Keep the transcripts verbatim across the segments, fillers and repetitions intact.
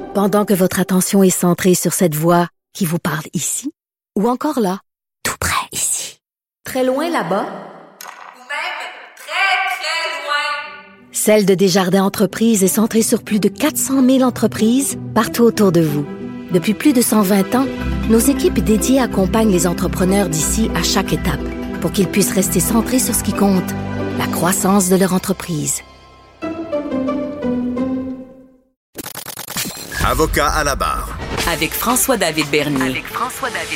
Pendant que votre attention est centrée sur cette voix qui vous parle ici, ou encore là, tout près ici, très loin là-bas, ou même très, très loin, Celle de Desjardins Entreprises est centrée sur plus de quatre cent mille entreprises partout autour de vous. Depuis plus de cent vingt ans, nos équipes dédiées accompagnent les entrepreneurs d'ici à chaque étape pour qu'ils puissent rester centrés sur ce qui compte, la croissance de leur entreprise. Avocat à la barre. Avec François-David Bernier. Avec François-David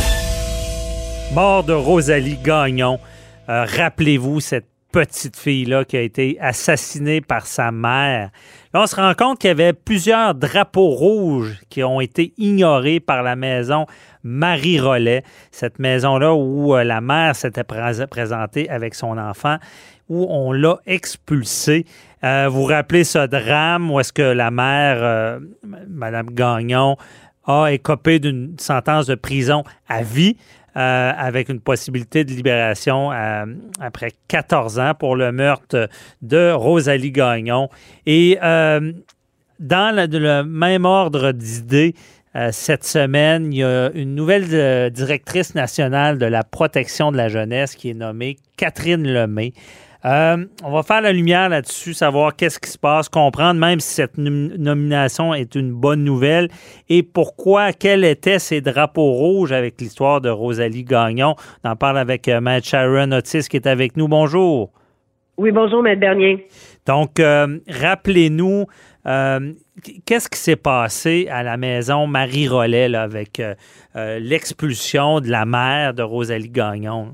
Bernier. Mort de Rosalie Gagnon. Euh, rappelez-vous cette petite fille-là qui a été assassinée par sa mère. Là, on se rend compte qu'il y avait plusieurs drapeaux rouges qui ont été ignorés par la maison Marie Rollet. Cette maison-là où euh, la mère s'était pré- présentée avec son enfant, où on l'a expulsée. Euh, vous vous rappelez ce drame où est-ce que la mère, euh, Mme Gagnon, a écopé d'une sentence de prison à vie euh, avec une possibilité de libération euh, après quatorze ans pour le meurtre de Rosalie Gagnon. Et euh, dans le, le même ordre d'idées, euh, cette semaine, il y a une nouvelle euh, directrice nationale de la protection de la jeunesse qui est nommée Catherine Lemay. Euh, on va faire la lumière là-dessus, savoir qu'est-ce qui se passe, comprendre même si cette nom- nomination est une bonne nouvelle et pourquoi, quels étaient ces drapeaux rouges avec l'histoire de Rosalie Gagnon. On en parle avec euh, Maître Sharon Otis qui est avec nous. Bonjour. Oui, bonjour, Maître Bernier. Donc, euh, rappelez-nous, euh, qu'est-ce qui s'est passé à la maison Marie Rollet là, avec euh, euh, l'expulsion de la mère de Rosalie Gagnon?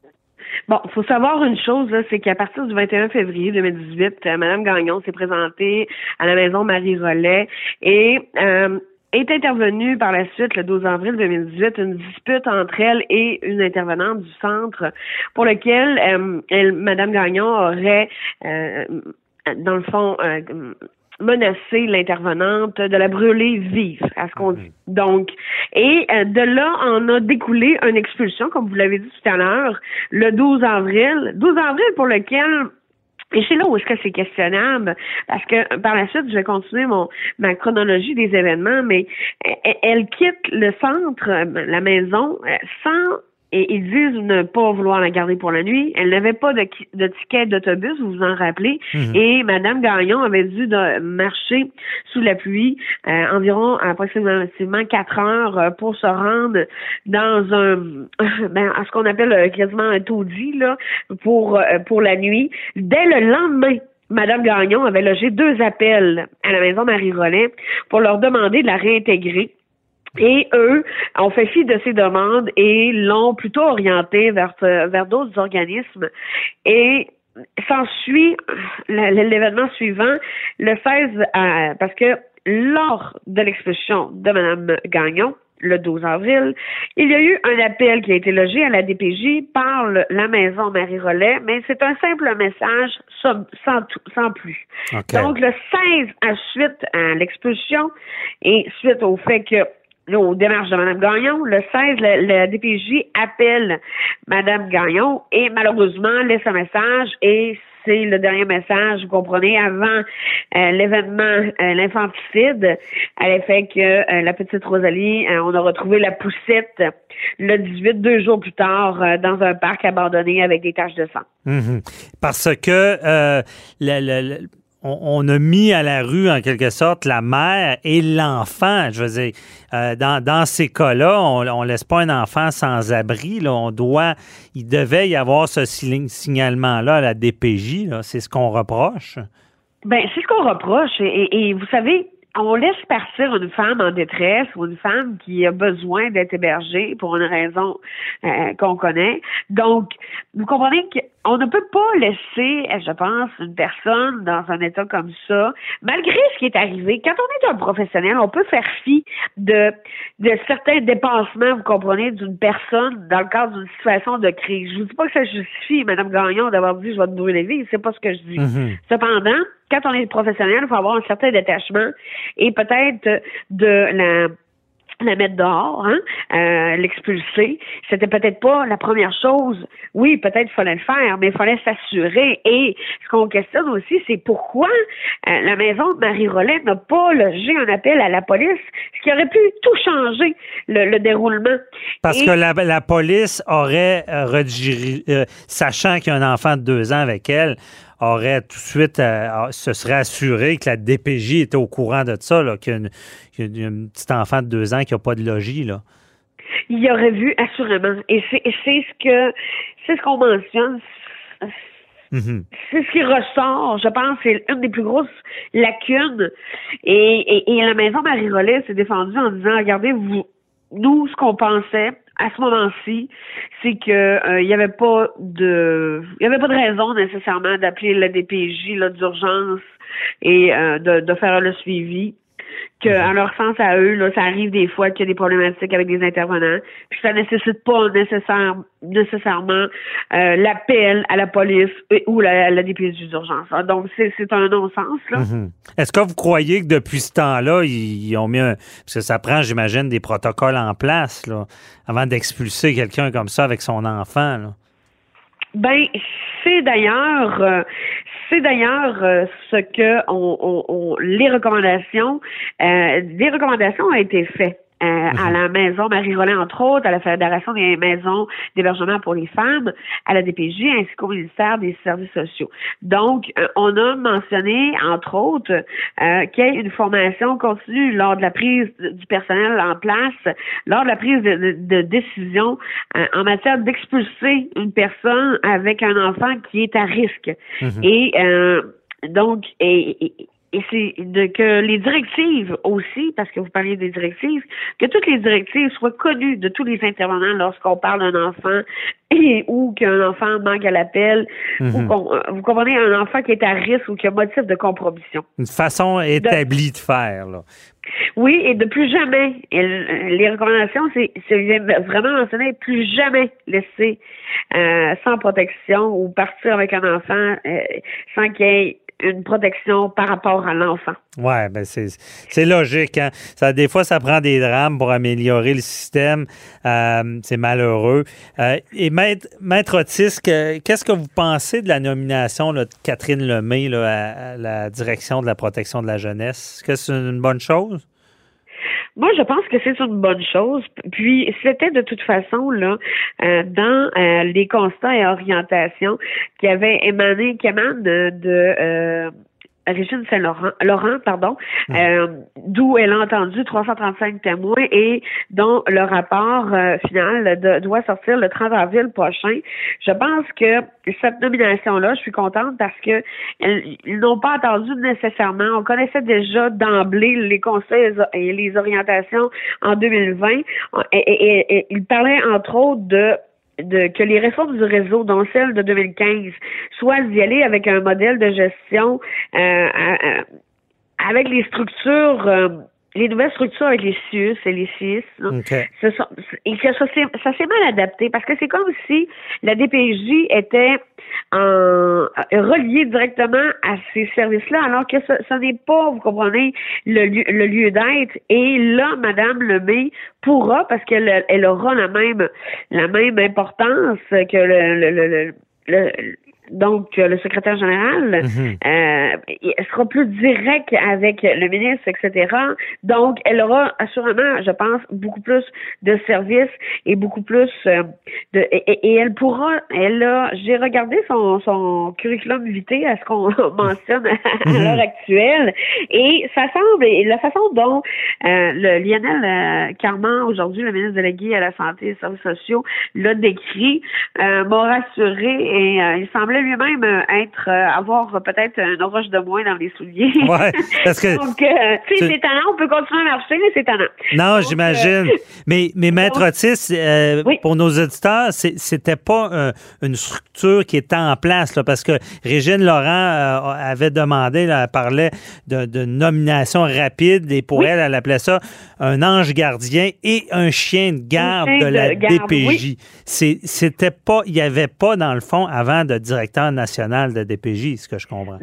Bon, il faut savoir une chose, là, c'est qu'à partir du vingt et un février deux mille dix-huit, euh, Mme Gagnon s'est présentée à la maison Marie Rollet et euh, est intervenue par la suite, le douze avril deux mille dix-huit, une dispute entre elle et une intervenante du centre pour lequel euh, elle, Mme Gagnon aurait, euh, dans le fond, euh, menacer l'intervenante de la brûler vive, à ce qu'on dit. Donc, et euh, de là, on a découlé une expulsion, comme vous l'avez dit tout à l'heure, le douze avril. douze avril pour lequel, et c'est là où est-ce que c'est questionnable, parce que par la suite, je vais continuer mon ma chronologie des événements, mais elle, elle quitte le centre, la maison, sans... Et ils disent ne pas vouloir la garder pour la nuit. Elle n'avait pas de, de ticket d'autobus, vous vous en rappelez. Mm-hmm. Et Mme Gagnon avait dû de marcher sous la pluie euh, environ approximativement quatre heures pour se rendre dans un, ben, à ce qu'on appelle quasiment un taudis là, pour pour la nuit. Dès le lendemain, Mme Gagnon avait logé deux appels à la maison Marie Rollet pour leur demander de la réintégrer. Et eux ont fait fi de ces demandes et l'ont plutôt orienté vers vers d'autres organismes. Et s'ensuit l'événement suivant, le seize, euh, parce que lors de l'expulsion de Mme Gagnon, le douze avril, il y a eu un appel qui a été logé à la D P J par le, la maison Marie Rollet, mais c'est un simple message sans, sans, sans plus. Okay. Donc, le seize, à suite à l'expulsion et suite au fait que aux démarches de Mme Gagnon, le seize, la, la D P J appelle Mme Gagnon et malheureusement laisse un message et c'est le dernier message, vous comprenez, avant euh, l'événement, euh, l'infanticide, à l'effet que euh, la petite Rosalie, euh, on a retrouvé la poussette le dix-huit, deux jours plus tard, euh, dans un parc abandonné avec des taches de sang. Mm-hmm. Parce que euh, le, le, le... On a mis à la rue, en quelque sorte, la mère et l'enfant. Je veux dire, euh, dans, dans ces cas-là, on ne laisse pas un enfant sans abri. Là. On doit, il devait y avoir ce signalement-là à la D P J. Là. C'est ce qu'on reproche. Ben, c'est ce qu'on reproche. Et, et, et vous savez, on laisse partir une femme en détresse ou une femme qui a besoin d'être hébergée pour une raison euh, qu'on connaît. Donc, vous comprenez qu'on ne peut pas laisser, je pense, une personne dans un état comme ça, malgré ce qui est arrivé. Quand on est un professionnel, on peut faire fi de, de certains dépassements, vous comprenez, d'une personne dans le cadre d'une situation de crise. Je vous dis pas que ça justifie, Mme Gagnon, d'avoir dit « je vais te brûler vive », c'est pas ce que je dis. Mm-hmm. Cependant, quand on est professionnel, il faut avoir un certain détachement et peut-être de la la mettre dehors, hein, euh, l'expulser. C'était peut-être pas la première chose. Oui, peut-être il fallait le faire, mais il fallait s'assurer. Et ce qu'on questionne aussi, c'est pourquoi euh, la maison de Marie Rollet n'a pas logé un appel à la police, ce qui aurait pu tout changer, le, le déroulement. Parce Et, que la, la police aurait euh, redirigé, euh, sachant qu'il y a un enfant de deux ans avec elle, aurait tout de suite, euh, se serait assuré que la D P J était au courant de ça, là, qu'il y a une, qu'il y a une petite enfant de deux ans qui n'a pas de logis, là. Il y aurait vu, assurément. Et c'est, et c'est ce que, c'est ce qu'on mentionne. Mm-hmm. C'est ce qui ressort, je pense, c'est une des plus grosses lacunes. Et, et, et la maison Marie Rollet s'est défendue en disant, regardez, vous, nous, ce qu'on pensait à ce moment-ci, c'est que euh, il y avait pas de, il y avait pas de raison nécessairement d'appeler la D P J là d'urgence et euh, de, de faire le suivi. Que, à leur sens à eux, là, ça arrive des fois qu'il y a des problématiques avec des intervenants, puis ça nécessite pas nécessaire, nécessairement euh, l'appel à la police ou la, la D P J d'urgence. Donc, c'est, c'est un non-sens, là. Mm-hmm. Est-ce que vous croyez que depuis ce temps-là, ils, ils ont mis un... Parce que ça prend, j'imagine, des protocoles en place, là, avant d'expulser quelqu'un comme ça avec son enfant, là? Ben, c'est d'ailleurs, euh, c'est d'ailleurs euh, ce que on, on, on les recommandations, euh, les recommandations ont été faites. Euh, à la maison Marie Rollet, entre autres, à la Fédération des maisons d'hébergement pour les femmes, à la D P J, ainsi qu'au ministère des Services sociaux. Donc, euh, on a mentionné, entre autres, euh, qu'il y ait une formation continue lors de la prise du personnel en place, lors de la prise de, de, de décision euh, en matière d'expulser une personne avec un enfant qui est à risque. Mm-hmm. Et euh, donc, et, et Et c'est de que les directives aussi, parce que vous parliez des directives, que toutes les directives soient connues de tous les intervenants lorsqu'on parle d'un enfant et ou qu'un enfant manque à l'appel, mm-hmm. ou qu'on, vous comprenez, un enfant qui est à risque ou qui a motif de compromission. Une façon établie de, de faire, là. Oui, et de plus jamais. Et les recommandations, c'est, c'est vraiment mentionné, plus jamais laisser euh, sans protection ou partir avec un enfant euh, sans qu'il y ait une protection par rapport à l'enfant. Oui, ben c'est, c'est logique. Hein? Ça, des fois, ça prend des drames pour améliorer le système. Euh, c'est malheureux. Euh, et Maître, Maître Otis, que, qu'est-ce que vous pensez de la nomination là, de Catherine Lemay là, à, à la direction de la protection de la jeunesse? Est-ce que c'est une bonne chose? Moi, je pense que c'est une bonne chose. Puis, c'était de toute façon là euh, dans euh, les constats et orientations qui avaient émané, qui émanent de, de euh, Régine Saint-Laurent, Laurent, pardon, mmh. euh, d'où elle a entendu trois cent trente-cinq témoins et dont le rapport euh, final de, doit sortir le trente avril prochain. Je pense que cette nomination-là, je suis contente parce que elles, ils n'ont pas attendu nécessairement. On connaissait déjà d'emblée les conseils et les orientations en deux mille vingt et, et, et, et ils parlaient entre autres de de que les réformes du réseau, dont celle de deux mille quinze, soient d'y aller avec un modèle de gestion euh, euh, avec les structures, euh, les nouvelles structures avec les C I U S et les C I S. Okay. Ce sont, et que ça, c'est, ça s'est mal adapté parce que c'est comme si la D P J était en, reliée directement à ces services-là, alors que ce, ce n'est pas, vous comprenez, le lieu, le lieu d'être. Et là, Madame Lemay pourra, parce qu'elle elle aura la même la même importance que le, le, le, le, le donc le secrétaire général, mm-hmm. euh, elle sera plus directe avec le ministre, et cetera. Donc, elle aura assurément, je pense, beaucoup plus de services et beaucoup plus euh, de et, et elle pourra, elle a, j'ai regardé son son curriculum vitae à ce qu'on mentionne à, mm-hmm. l'heure actuelle et ça semble, et la façon dont euh, le Lionel euh, Carman, aujourd'hui le ministre délégué à la santé et aux services sociaux, l'a décrit, euh, m'a rassuré et euh, il semblait lui-même être, euh, avoir peut-être une roche de moins dans les souliers. Ouais, parce que... Donc, euh, tu sais, c'est tannant, on peut continuer à marcher, mais c'est tannant. Non, donc, j'imagine. Euh... Mais, mais Maître donc... Otis, euh, oui. pour nos auditeurs, c'est, c'était pas euh, une structure qui était en place, là, parce que Régine Laurent euh, avait demandé, là, elle parlait de, de nomination rapide, et pour oui. elle, elle appelait ça un ange gardien et un chien de garde de, de la garde, D P J. Oui. C'est, c'était pas, il y avait pas, dans le fond, avant de directeur national de D P J, ce que je comprends. Non,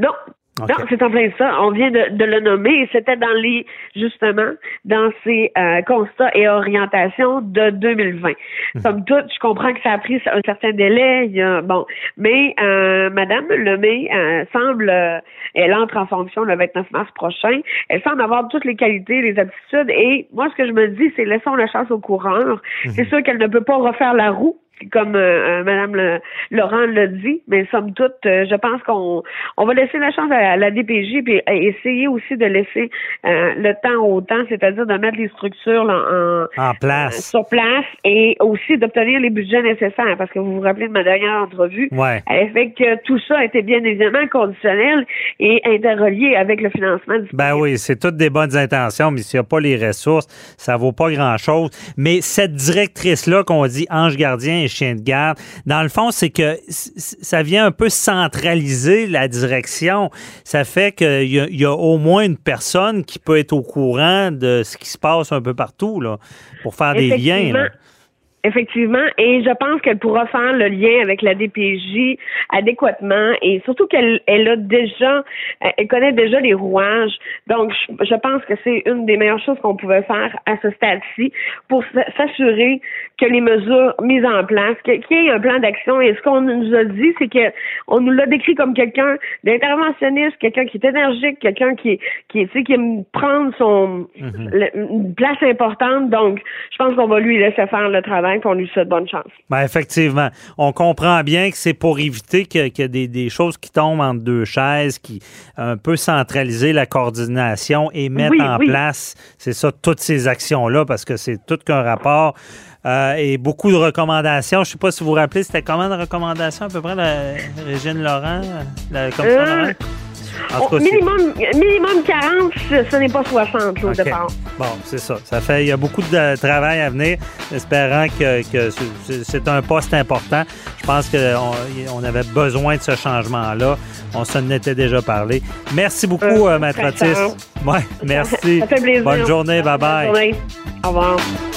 Okay. Non, c'est en plein ça. On vient de, de le nommer et c'était dans les, justement, dans ces euh, constats et orientations de deux mille vingt. Mmh. Somme toute, je comprends que ça a pris un certain délai. Il y a, bon, mais euh, Madame Lemay euh, semble, euh, elle entre en fonction le vingt-neuf mars prochain. Elle semble avoir toutes les qualités, les aptitudes. Et moi, ce que je me dis, c'est laissons la chance aux coureurs. Mmh. C'est sûr qu'elle ne peut pas refaire la roue, comme euh, Madame le, Laurent l'a dit, mais somme toute, euh, je pense qu'on on va laisser la chance à, à la D P J puis essayer aussi de laisser euh, le temps au temps, c'est-à-dire de mettre les structures là, en, en place. Euh, sur place et aussi d'obtenir les budgets nécessaires, parce que vous vous rappelez de ma dernière entrevue, ouais. elle fait que tout ça était bien évidemment conditionnel et interrelié avec le financement du Ben oui, c'est toutes des bonnes intentions, mais s'il n'y a pas les ressources, ça vaut pas grand-chose. Mais cette directrice-là qu'on dit ange gardien et chien de garde, dans le fond, c'est que ça vient un peu centraliser la direction. Ça fait qu'il y a, il y a au moins une personne qui peut être au courant de ce qui se passe un peu partout, là, pour faire des liens. Là. Effectivement, et je pense qu'elle pourra faire le lien avec la D P J adéquatement et surtout qu'elle elle a déjà, elle connaît déjà les rouages. Donc, je, je pense que c'est une des meilleures choses qu'on pouvait faire à ce stade-ci pour s'assurer que les mesures mises en place, que, qu'il y ait un plan d'action. Et ce qu'on nous a dit, c'est que on nous l'a décrit comme quelqu'un d'interventionniste, quelqu'un qui est énergique, quelqu'un qui, qui, tu sais, qui aime prendre son mm-hmm. le, une place importante. Donc, je pense qu'on va lui laisser faire le travail. Qu'on lui souhaite bonne chance. Ben effectivement. On comprend bien que c'est pour éviter qu'il y ait des, des choses qui tombent entre deux chaises, qui un peu centraliser la coordination et mettre oui, en oui. place, c'est ça, toutes ces actions-là, parce que c'est tout qu'un rapport euh, et beaucoup de recommandations. Je ne sais pas si vous vous rappelez, c'était combien de recommandations à peu près, la Régine Laurent, la commission euh... Laurent? En tout cas, minimum, minimum quarante, ce n'est pas soixante là, au okay. départ. Bon, c'est ça. Ça fait, il y a beaucoup de travail à venir, espérant que, que c'est un poste important. Je pense qu'on on avait besoin de ce changement-là. On s'en était déjà parlé. Merci beaucoup, euh, Maître Otis. Ouais, merci. Ça fait plaisir. Bonne journée. Bye-bye. Bonne journée. Au revoir.